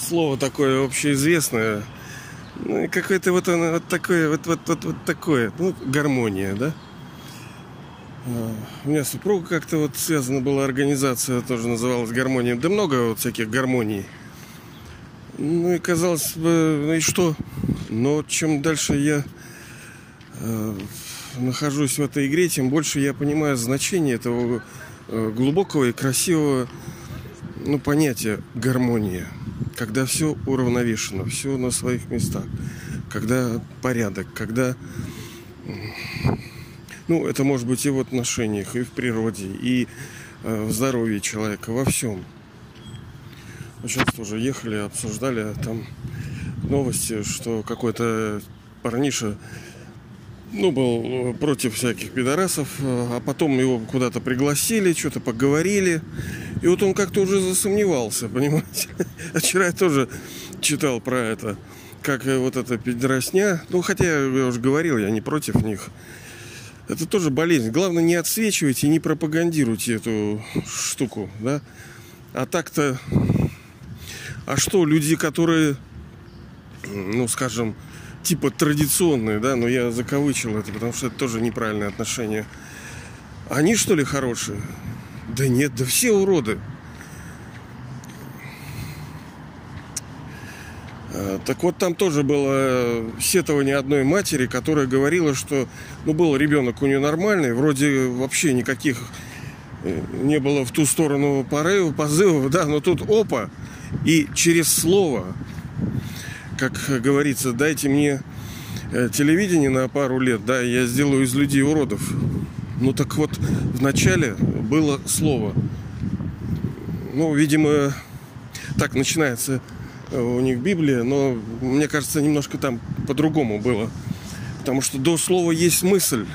слово такое общеизвестное. Ну, и какое-то вот оно вот такое, вот такое. Ну, гармония, да? У меня супруга как-то вот связана была организация, тоже называлась «Гармония». Да много вот всяких гармоний. Ну и казалось бы, ну и что? Но чем дальше я нахожусь в этой игре, тем больше я понимаю значение этого глубокого и красивого, ну, понятия гармония. Когда все уравновешено, все на своих местах. Когда порядок, когда... Ну, это может быть и в отношениях, и в природе, и в здоровье человека, во всем. Сейчас тоже ехали, обсуждали там новости, что какой-то парниша, ну, был против всяких пидорасов, а потом его куда-то пригласили, что-то поговорили. И вот он как-то уже засомневался, понимаете? А вчера я тоже читал про это, как вот эта пидорасня. Ну, хотя я уже говорил, я не против них. Это тоже болезнь. Главное, не отсвечивайте, не пропагандируйте эту штуку, да? А так-то... А что, люди, которые, ну, скажем, типа традиционные, да, но я закавычил это, потому что это тоже неправильное отношение. Они, что ли, хорошие? Да нет, да все уроды. Так вот, там тоже было сетование одной матери, которая говорила, что, ну, был ребенок у нее нормальный, вроде вообще никаких не было в ту сторону порывов, позывов, да, но тут опа, и через слово, как говорится, дайте мне телевидение на пару лет, да, я сделаю из людей уродов. Ну так вот, вначале было слово. Ну, видимо, так начинается у них Библия, но мне кажется, немножко там по-другому было. Потому что до слова есть мысль,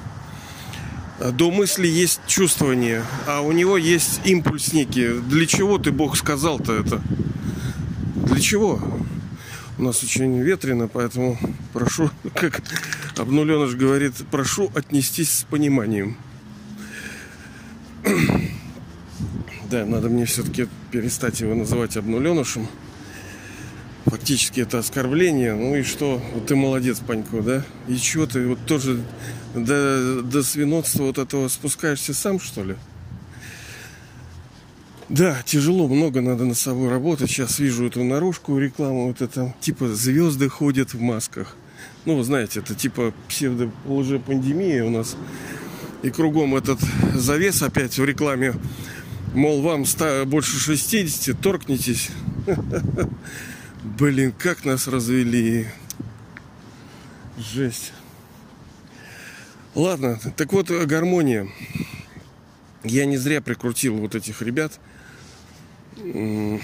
до мысли есть чувствование, а у него есть импульс некий. Для чего ты, Бог, сказал-то это? Для чего? У нас очень ветрено, поэтому прошу, как обнуленыш говорит, прошу отнестись с пониманием. Да, надо мне все-таки перестать его называть обнуленышем. Фактически это оскорбление. Ну и что? Вот ты молодец, Панько, да? И чего ты вот тоже до свинотства вот этого спускаешься сам, что ли? Да, тяжело, много надо над собой работать. Сейчас вижу эту наружку, рекламу, вот это, типа звезды ходят в масках. Ну, вы знаете, это типа псевдо-лжепандемия у нас. И кругом этот завес опять в рекламе. Мол, вам больше 60, торкнитесь. Блин, как нас развели. Жесть. Ладно, так вот, гармония. Я не зря прикрутил вот этих ребят. Ну,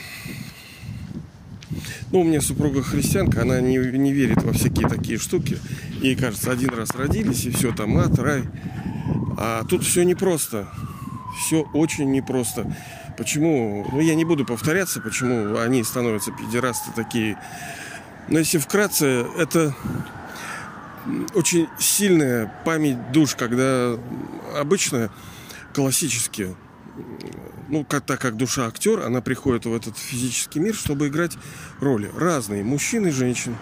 у меня супруга христианка, она не верит во всякие такие штуки. Ей кажется, один раз родились, и все, там ад, рай. А тут все непросто. Все очень непросто. Почему? Ну, я не буду повторяться, почему они становятся педерасты такие. Но если вкратце, это очень сильная память душ, когда обычно классически, ну, так как душа актер, она приходит в этот физический мир, чтобы играть роли разные, мужчин и женщин.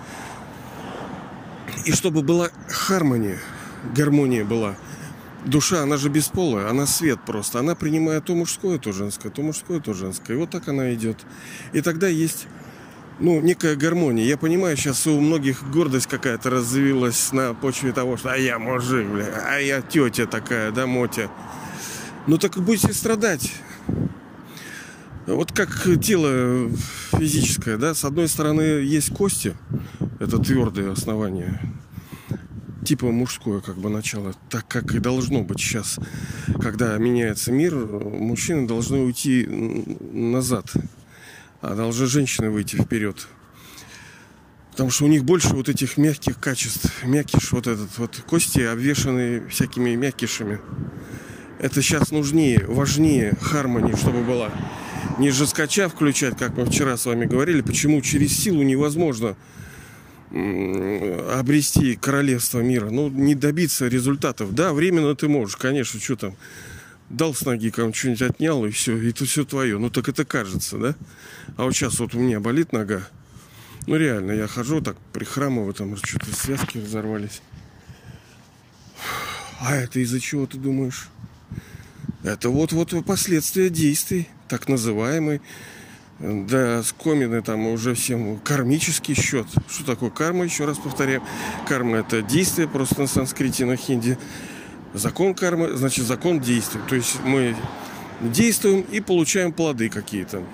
И чтобы была гармония была. Душа, она же бесполая, она свет просто. Она принимает то мужское, то женское, то мужское, то женское. И вот так она идет. И тогда есть, ну, некая гармония. Я понимаю, сейчас у многих гордость какая-то развилась на почве того, что а я мужик, бля, а я тетя такая, да, мотя. Ну так будете страдать. Вот как тело физическое, да, с одной стороны есть кости, это твердое основание, типа мужское как бы начало, так как и должно быть сейчас, когда меняется мир, мужчины должны уйти назад, а должны женщины выйти вперед. Потому что у них больше вот этих мягких качеств, мякиш, вот этот вот, кости обвешаны всякими мякишами. Это сейчас нужнее, важнее гармония, чтобы была. Не жескача включать, как мы вчера с вами говорили, почему через силу невозможно обрести королевство мира. Ну, не добиться результатов. Да, временно ты можешь, конечно, что там. Дал с ноги, кому что-нибудь отнял, и все, и это все твое. Ну так это кажется, да? А вот сейчас вот у меня болит нога. Ну реально, я хожу так, прихрамываю, там что-то связки разорвались. А это из-за чего, ты думаешь? Это вот последствия действий, так называемый. Да, скомины там уже всем кармический счет. Что такое карма? Еще раз повторяю. Карма — это действие, просто на санскрите, на хинди. Закон кармы, значит, закон действий. То есть мы действуем и получаем плоды какие-то.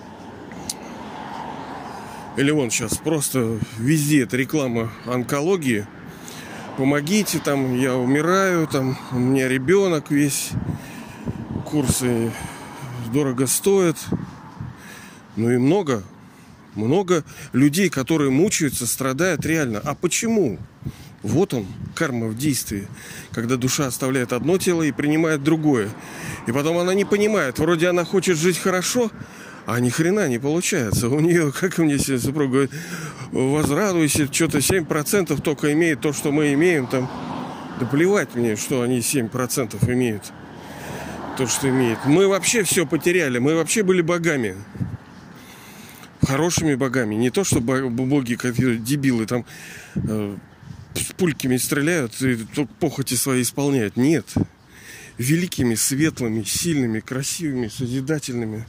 Или вон сейчас просто везде это реклама онкологии. Помогите, там, я умираю, там, у меня ребенок весь. Курсы дорого стоят. Ну и много людей, которые мучаются, страдают реально. А почему? Вот он, карма в действии. Когда душа оставляет одно тело и принимает другое. И потом она не понимает. Вроде она хочет жить хорошо, а ни хрена не получается. У нее, как мне сегодня супруг говорит, возрадуйся, что-то 7% только имеет то, что мы имеем. Там. Да плевать мне, что они 7% имеют. То, что имеют. Мы вообще все потеряли. Мы вообще были богами. Хорошими богами. Не то, что боги, как дебилы, там с пульками стреляют и похоти свои исполняют. Нет. Великими, светлыми, сильными, красивыми, созидательными.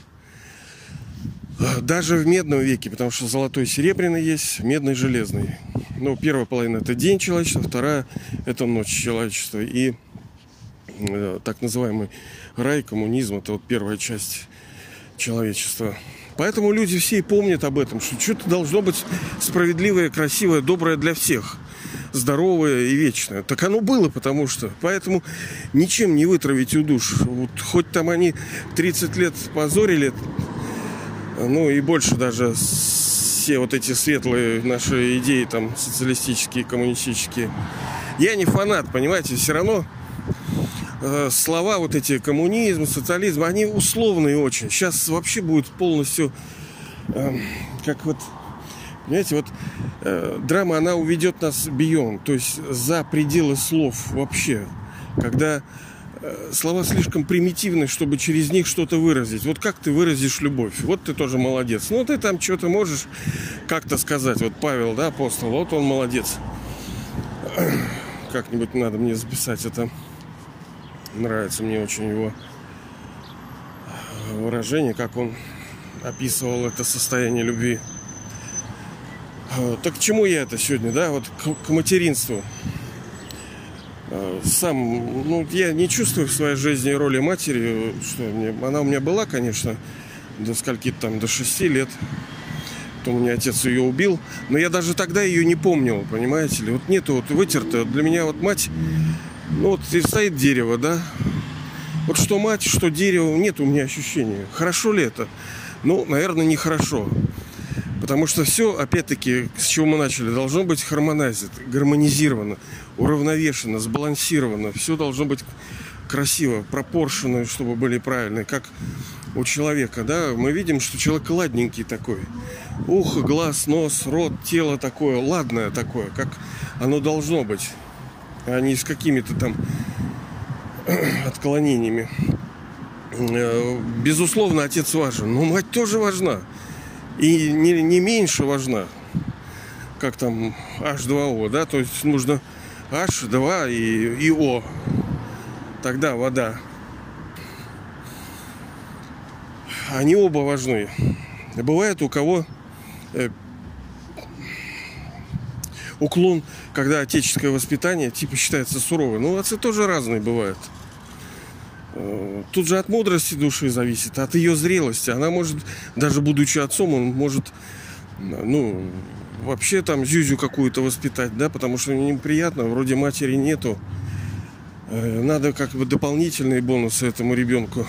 Даже в медном веке, потому что золотой и серебряный есть, медный и железный. Ну, первая половина — это день человечества, вторая — это ночь человечества. И так называемый рай, коммунизм — это вот первая часть человечества. Поэтому люди все и помнят об этом, что что-то должно быть справедливое, красивое, доброе для всех, здоровое и вечное. Так оно было, потому что. Поэтому ничем не вытравить у душ. Вот, хоть там они 30 лет позорили, ну и больше даже все вот эти светлые наши идеи, там, социалистические, коммунистические. Я не фанат, понимаете, все равно слова вот эти коммунизм, социализм, они условные очень. Сейчас вообще будет полностью как вот, понимаете, вот драма, она уведет нас beyond, то есть за пределы слов вообще. Когда слова слишком примитивны, чтобы через них что-то выразить. Вот как ты выразишь любовь? Вот ты тоже молодец. Ну, ты там что-то можешь как-то сказать. Вот Павел, да, апостол, вот он молодец. Как-нибудь надо мне записать это. Нравится мне очень его выражение, как он описывал это состояние любви. Так к чему я это сегодня, да? Вот к материнству. Сам, ну, я не чувствую в своей жизни роли матери. Что она у меня была, конечно, до скольки-то там, до 6 лет. Потом у меня отец ее убил. Но я даже тогда ее не помнил, понимаете ли. Вот нету вот вытерто. Для меня вот мать, ну вот и стоит дерево, да. Вот что мать, что дерево, нет у меня ощущения. Хорошо ли это? Ну, наверное, нехорошо. Потому что все, опять-таки, с чего мы начали, должно быть гармонизировано, уравновешено, сбалансировано. Все должно быть красиво, пропоршено, чтобы были правильные. Как у человека, да, мы видим, что человек ладненький такой. Ухо, глаз, нос, рот, тело такое, ладное такое, как оно должно быть. А не с какими-то там отклонениями. Безусловно, отец важен, но мать тоже важна. И не меньше важна, как там H2O, да, то есть нужно H2 и O, тогда вода. Они оба важны. Бывает у кого уклон, когда отеческое воспитание типа считается суровым. Ну, отцы тоже разные бывают. Тут же от мудрости души зависит, от ее зрелости. Она может, даже будучи отцом, он может, ну, вообще там зюзю какую-то воспитать, да, потому что неприятно, вроде матери нету. Надо как бы дополнительные бонусы этому ребенку.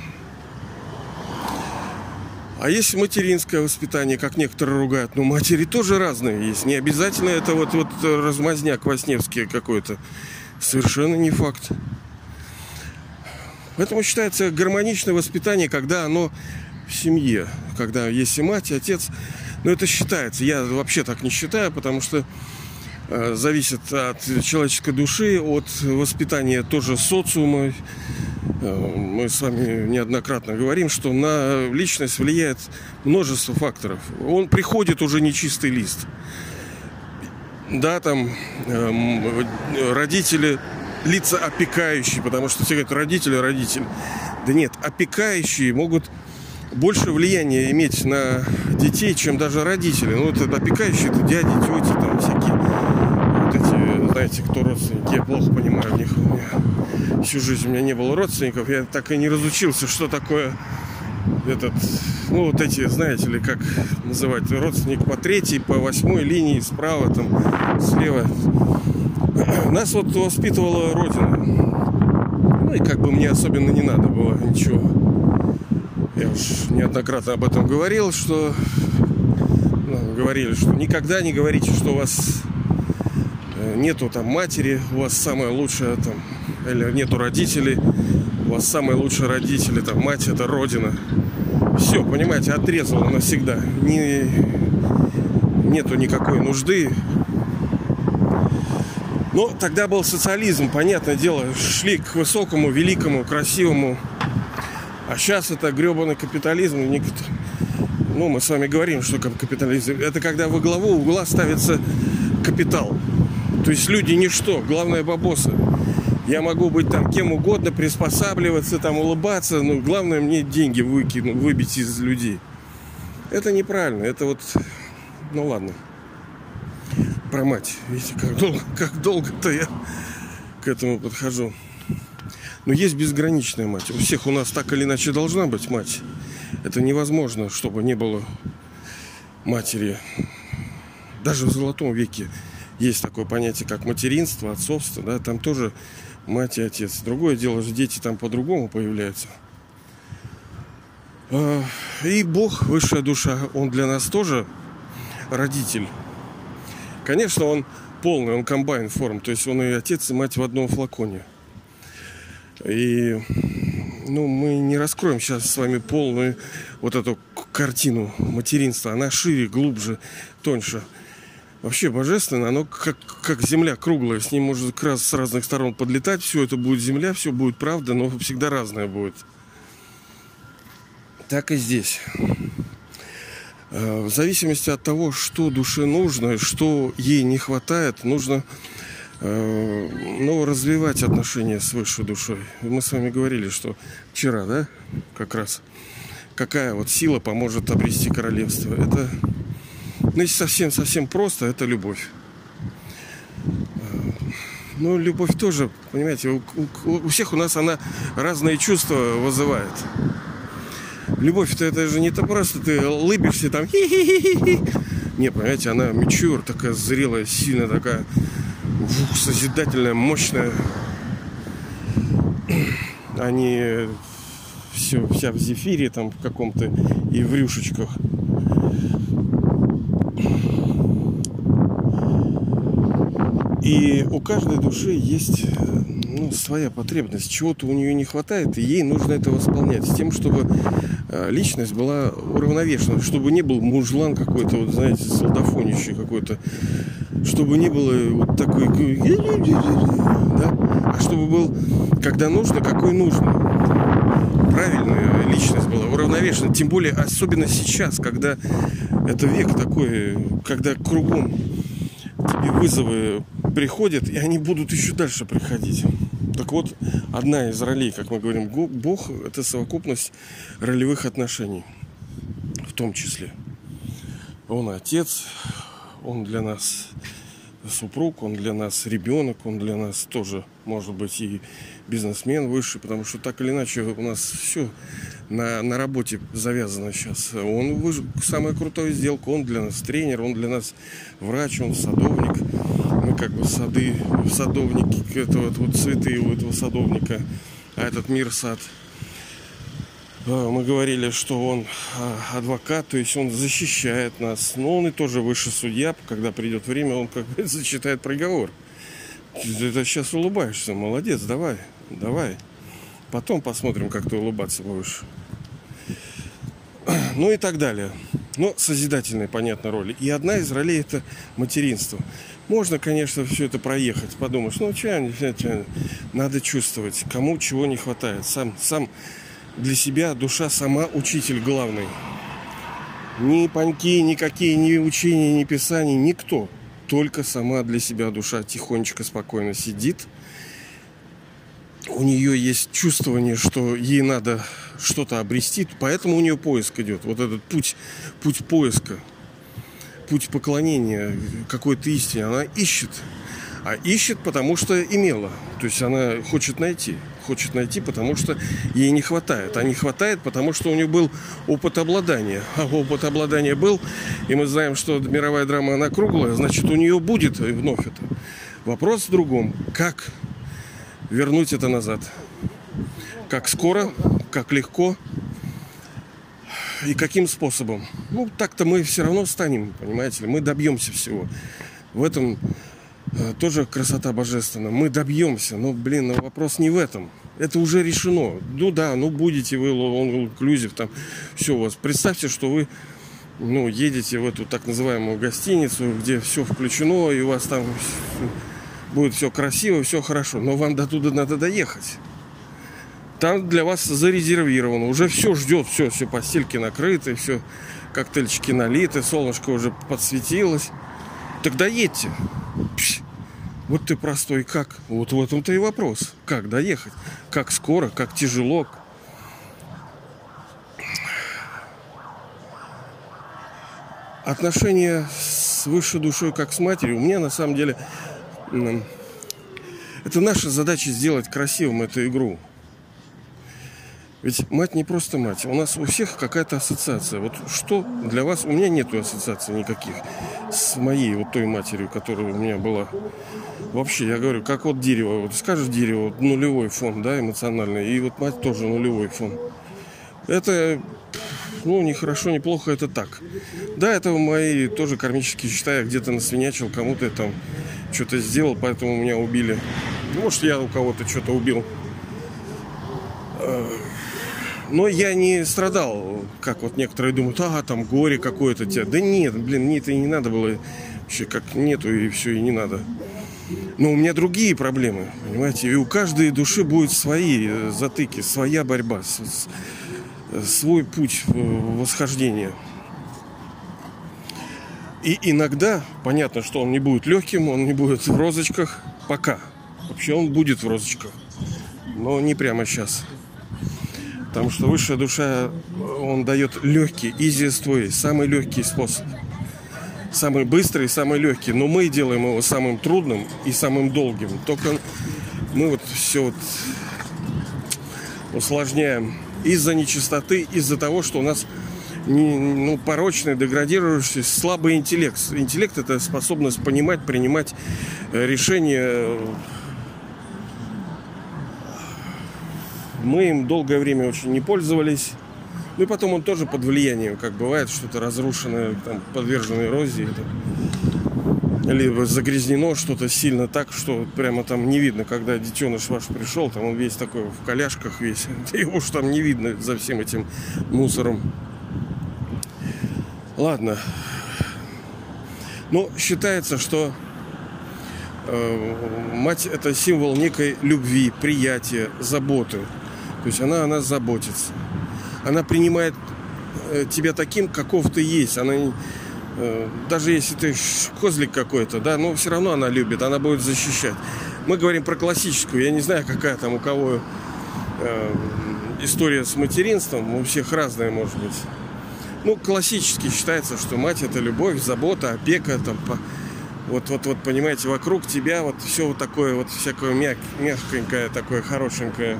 А есть материнское воспитание, как некоторые ругают. Но матери тоже разные есть. Не обязательно это вот размазня Квасневский какой-то. Совершенно не факт. Поэтому считается гармоничное воспитание, когда оно в семье. Когда есть и мать, и отец. Но это считается. Я вообще так не считаю, потому что зависит от человеческой души, от воспитания тоже социума. Мы с вами неоднократно говорим, что на личность влияет множество факторов. Он приходит уже нечистый лист. Да, там родители, лица опекающие, потому что все говорят, родители. Да нет, опекающие могут больше влияния иметь на детей, чем даже родители. Ну, это опекающие, это дяди, тети, там всякие, вот эти, знаете, кто родственники, я плохо понимаю в них. Всю жизнь у меня не было родственников, я так и не разучился, что такое вот эти, знаете ли, как называть, родственник по 3-й, по 8-й линии, справа, там, слева. Нас вот воспитывала Родина. Ну и как бы мне особенно не надо было ничего. Я уж неоднократно об этом говорил, что говорили, что никогда не говорите, что у вас нету там матери, у вас самая лучшая там, или нету родителей, у вас самые лучшие родители, там мать это Родина. Все, понимаете, отрезала навсегда. Нету никакой нужды. Но тогда был социализм, понятное дело, шли к высокому, великому, красивому. А сейчас это гребаный капитализм. Ну, мы с вами говорим, что капитализм. Это когда во главу угла ставится капитал. То есть люди ничто, главное бабосы. Я могу быть там кем угодно, приспосабливаться, там улыбаться, но главное мне деньги выбить из людей. Это неправильно, это вот, ну ладно. Про мать, видите, как долго-то я к этому подхожу. Но есть безграничная мать. У всех у нас так или иначе должна быть мать. Это невозможно, чтобы не было матери. Даже в Золотом веке есть такое понятие, как материнство, отцовство, да, там тоже мать и отец. Другое дело, что дети там по-другому появляются. И Бог, высшая душа, Он для нас тоже родитель. Конечно, Он полный, Он комбайн форм. То есть Он и отец, и мать в одном флаконе. И мы не раскроем сейчас с вами полную вот эту картину материнства. Она шире, глубже, тоньше. Вообще божественно, оно как земля круглая, с ней может с разных сторон подлетать, все это будет земля, все будет правда, но всегда разное будет. Так и здесь. В зависимости от того, что душе нужно, что ей не хватает, нужно развивать отношения с высшей душой. Мы с вами говорили, что вчера, да, как раз, какая вот сила поможет обрести королевство. Это... если совсем просто, это любовь. Но любовь тоже, понимаете, у всех у нас она разные чувства вызывает. Любовь-то это же не то просто ты улыбишься там хи-хи-хи-хи. Не, понимаете, она мечур, такая зрелая, сильная, такая созидательная, мощная. Они вся в зефире там в каком-то и в рюшечках. И у каждой души есть своя потребность. Чего-то у нее не хватает, и ей нужно это восполнять. С тем, чтобы личность была уравновешена. Чтобы не был мужлан какой-то, вот знаете, солдафонищий какой-то. Чтобы не было вот такой... Да? А чтобы был, когда нужно, какой нужно. Правильная личность была уравновешена. Тем более, особенно сейчас, когда это век такой, когда кругом тебе вызовы приходят, и они будут еще дальше приходить. Так вот, одна из ролей, как мы говорим, Бог – это совокупность ролевых отношений. В том числе. Он отец, Он для нас супруг, Он для нас ребенок, Он для нас тоже, может быть, и бизнесмен высший, потому что так или иначе у нас все на работе завязано сейчас. Он самая крутая сделка, Он для нас тренер, Он для нас врач, Он садовник. Мы как бы садовники, это вот цветы у этого садовника, а этот мир сад. Мы говорили, что он адвокат, то есть он защищает нас. Но он и тоже высший судья, когда придет время, он как бы зачитает приговор. Ты сейчас улыбаешься, молодец, давай. Потом посмотрим, как ты улыбаться будешь. Ну и так далее. но созидательной, понятно, роли. И одна из ролей – это материнство. Можно, конечно, все это проехать. Подумаешь, ну, что, надо чувствовать, кому чего не хватает. Сам для себя душа сама учитель главный. Ни паньки, никакие, ни учения, ни писания, никто. Только сама для себя душа тихонечко, спокойно сидит. У нее есть чувствование, что ей надо что-то обрести, поэтому у нее поиск идет. Вот этот путь поиска, путь поклонения какой-то истине. Она ищет. А ищет, потому что имела. То есть она хочет найти. Хочет найти, потому что ей не хватает. А не хватает, потому что у нее был опыт обладания. А опыт обладания был, и мы знаем, что мировая драма, она круглая, значит, у нее будет вновь это. Вопрос в другом. Как вернуть это назад? Как скоро, как легко и каким способом? Ну, так-то мы все равно станем, понимаете ли, мы добьемся всего. В этом тоже красота божественная. Мы добьемся, но, вопрос не в этом. Это уже решено. Ну да, будете вы all-inclusive, там все у вас. Представьте, что вы едете в эту так называемую гостиницу, где все включено, и у вас там будет все красиво, все хорошо. Но вам до туда надо доехать. Там для вас зарезервировано. Уже все ждет, все постельки накрыты, все коктейльчики налиты, солнышко уже подсветилось. Тогда едьте. Вот ты простой, как? Вот в этом-то и вопрос. Как доехать? Как скоро? Как тяжело? Отношения с высшей душой, как с матерью, у меня на самом деле это наша задача сделать красивым эту игру. Ведь мать не просто мать. У нас у всех какая-то ассоциация. Вот что для вас? У меня нету ассоциаций никаких с моей вот той матерью, которая у меня была. Вообще, я говорю, как вот дерево. Вот скажешь дерево, вот нулевой фон, да, эмоциональный. И вот мать тоже нулевой фон. Это, ни хорошо, ни плохо, это так. Да, это мои тоже кармические счета. Я где-то насвинячил, кому-то я там что-то сделал, поэтому меня убили. Может, я у кого-то что-то убил. Но я не страдал, как вот некоторые думают, там горе какое-то тебе. Да нет, мне это и не надо было. Вообще как нету, и все, и не надо. Но у меня другие проблемы, понимаете. И у каждой души будут свои затыки, своя борьба, свой путь восхождения. И иногда, понятно, что он не будет легким, он не будет в розочках пока. Вообще он будет в розочках, но не прямо сейчас. Потому что высшая душа, он дает легкий, easiest way, самый легкий способ. Самый быстрый, самый легкий. Но мы делаем его самым трудным и самым долгим. Только мы вот все усложняем из-за нечистоты, из-за того, что у нас порочный, деградирующий, слабый интеллект. Интеллект – это способность понимать, принимать решения. Мы им долгое время очень не пользовались. И потом он тоже под влиянием, как бывает, что-то разрушенное, там, подвержено эрозии. Либо загрязнено что-то сильно так, что прямо там не видно, когда детеныш ваш пришел, там он весь такой в коляшках весь. Его уж там не видно за всем этим мусором. Ладно. Но считается, что мать – это символ некой любви, приятия, заботы. То есть она о нас заботится. Она принимает тебя таким, каков ты есть. Она, даже если ты козлик какой-то, да, но все равно она любит, она будет защищать. Мы говорим про классическую. Я не знаю, какая там у кого история с материнством. У всех разная, может быть. Классически считается, что мать – это любовь, забота, опека, там, вот, понимаете, вокруг тебя вот все вот такое вот всякое мягкенькое, такое хорошенькое.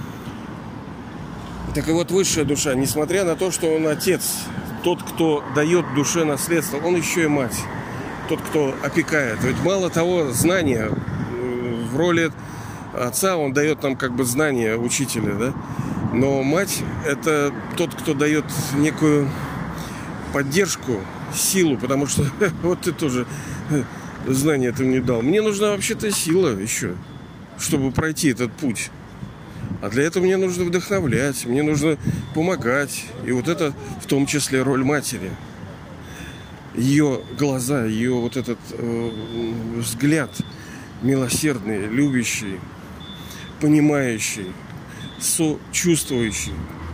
Так и вот высшая душа, несмотря на то, что он отец, тот, кто дает душе наследство, он еще и мать, тот, кто опекает. Ведь мало того, знания в роли отца, он дает нам как бы знания учителя, да? Но мать – это тот, кто дает некую поддержку, силу, потому что вот ты тоже знания ты мне дал. Мне нужна вообще-то сила еще, чтобы пройти этот путь. А для этого мне нужно вдохновлять, мне нужно помогать. И вот это в том числе роль матери. ее глаза, ее вот этот взгляд милосердный, любящий, понимающий, сочувствующий.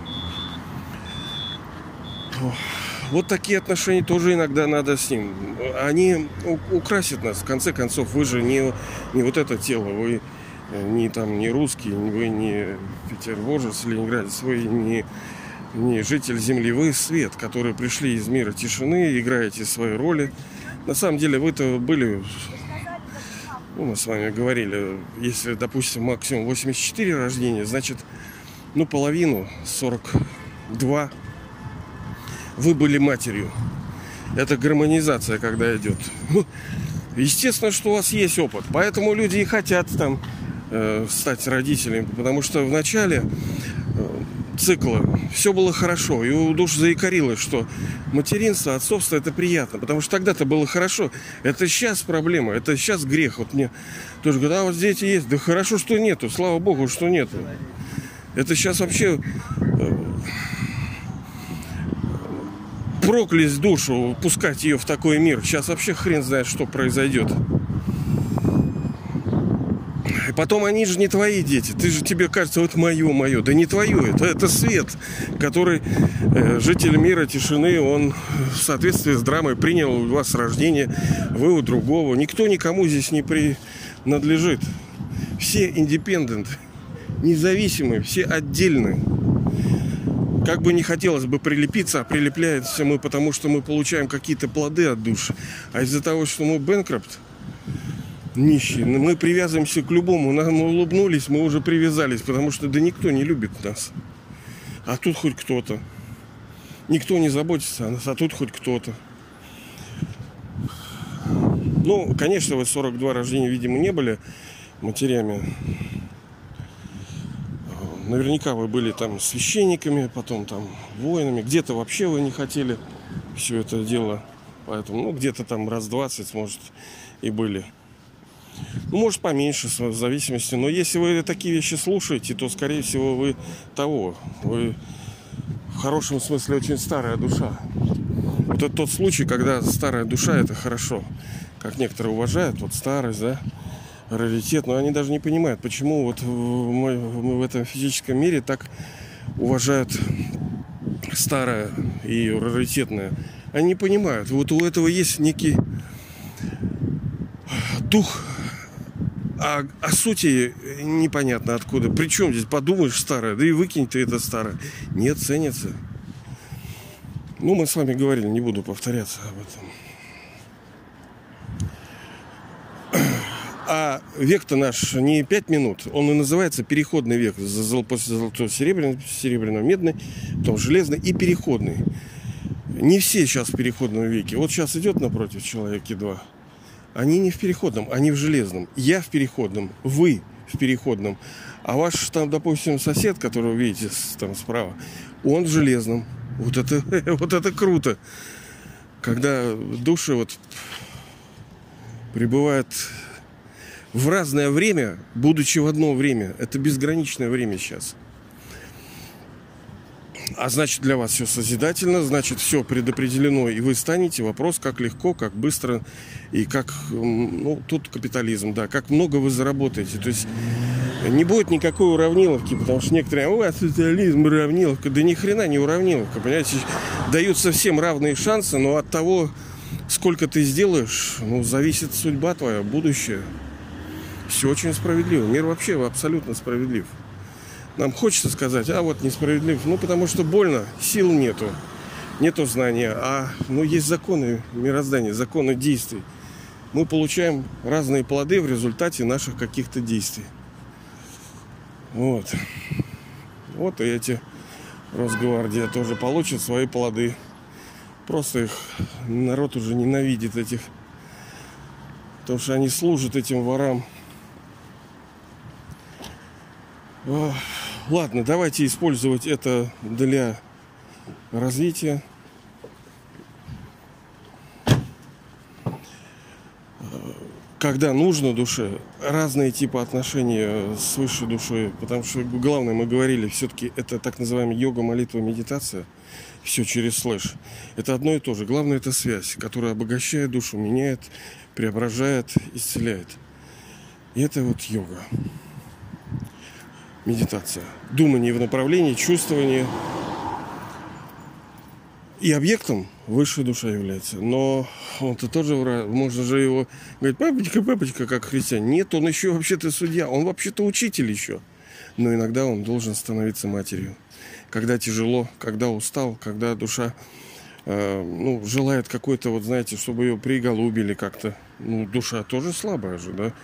Вот такие отношения тоже иногда надо с ним. Они украсят нас. В конце концов, вы же не вот это тело, вы не русский, вы не петербуржец, ленинградец, вы не житель земли, вы свет, который пришли из мира тишины, играете свои роли. На самом деле вы-то были, мы с вами говорили, если, допустим, максимум 84 рождения, значит, половину, 42, вы были матерью. Это гармонизация, когда идет. Естественно, что у вас есть опыт, поэтому люди и хотят там стать родителями, потому что в начале цикла все было хорошо, и у душ заикарилось, что материнство, отцовство — это приятно, потому что тогда-то было хорошо. Это сейчас проблема, это сейчас грех. Вот мне тоже говорят, вот дети есть, да хорошо, что нету, слава богу, что нету. Это сейчас вообще проклясть душу, пускать ее в такой мир. Сейчас вообще хрен знает, что произойдет. И потом они же не твои дети. Тебе кажется, вот мое. Да не твое. Это свет, который житель мира тишины, он в соответствии с драмой принял у вас рождение, вы у другого. Никто никому здесь не принадлежит. Все индепендент, независимые, все отдельные. Как бы не хотелось бы прилепиться, а прилепляемся мы, потому что мы получаем какие-то плоды от души. А из-за того, что мы бэнкропт, нищие, мы привязываемся к любому. Нам улыбнулись, мы уже привязались, потому что да никто не любит нас. А тут хоть кто-то. Никто не заботится о нас, а тут хоть кто-то. Конечно, вы 42 рождения, видимо, не были матерями. Наверняка вы были там священниками, потом там воинами. Где-то вообще вы не хотели все это дело. Поэтому, где-то там раз 20, может, и были. Может, поменьше, в зависимости. Но если вы такие вещи слушаете, то, скорее всего, вы в хорошем смысле очень старая душа. Вот это тот случай, когда старая душа — это хорошо. Как некоторые уважают, старость, да, раритет. Но они даже не понимают, почему мы в этом физическом мире так уважают старое и раритетное. Они не понимают. Вот у этого есть некий дух, а сути непонятно откуда. Причем здесь подумаешь старое, да и выкинь ты это старое. Нет, ценится. Мы с вами говорили, не буду повторяться об этом. А век-то наш не 5 минут, он и называется переходный век. После золотого серебряного, медный, потом железный и переходный. Не все сейчас в переходном веке. Вот сейчас идет напротив человека 2. Они не в переходном, они в железном. Я в переходном, вы в переходном. А ваш там, допустим, сосед, которого вы видите там справа, он в железном. Вот это круто. Когда души пребывают в разное время, будучи в одно время. Это безграничное время сейчас. А значит, для вас все созидательно, значит, все предопределено, и вы станете. Вопрос, как легко, как быстро, и как, тут капитализм, да, как много вы заработаете. То есть не будет никакой уравниловки, потому что некоторые, социализм, уравниловка. Да ни хрена не уравниловка, понимаете, даются всем равные шансы, но от того, сколько ты сделаешь, зависит судьба твоя, будущее. Все очень справедливо. Мир вообще абсолютно справедлив. Нам хочется сказать, несправедлив. Потому что больно, сил нету знания. Есть законы мироздания, законы действий. Мы получаем разные плоды в результате наших каких-то действий. Вот и эти Росгвардия тоже получат свои плоды. Просто их народ уже ненавидит этих. Потому что они служат этим ворам. Ладно, давайте использовать это для развития. когда нужно душе, разные типы отношений с высшей душой. Потому что главное, мы говорили, все-таки это так называемая йога, молитва, медитация. Все через слэш. Это одно и то же. Главное, это связь, которая обогащает душу, меняет, преображает, исцеляет. И это вот йога. Медитация. Думание в направлении, чувствование. И объектом высшая душа является. Но он-то тоже можно же его говорить, папочка, папочка, как христиан. Нет, он еще вообще-то судья. Он вообще-то учитель еще. Но иногда он должен становиться матерью. Когда тяжело, когда устал, когда душа желает какой-то, вот знаете, чтобы ее приголубили как-то. Ну, душа тоже слабая же, да?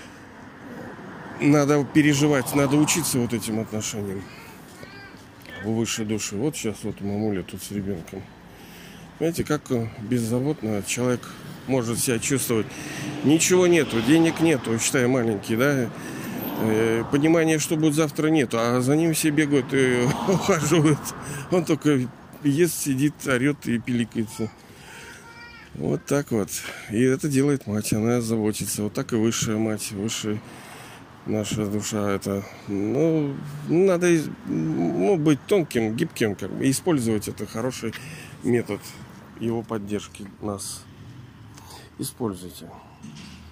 Надо переживать, надо учиться вот этим отношениям у высшей души. Вот сейчас вот мамуля тут с ребенком. Знаете, как беззаботно человек может себя чувствовать. Ничего нету, денег нету, считай, маленький, да? Понимания, что будет завтра, нету, а за ним все бегают и ухаживают. Он только ест, сидит, орет и пиликается. Вот так вот. И это делает мать, она заботится. Вот так и высшая мать, высшая наша душа. Это, надо быть тонким, гибким, как бы, использовать это хороший метод его поддержки нас. Используйте.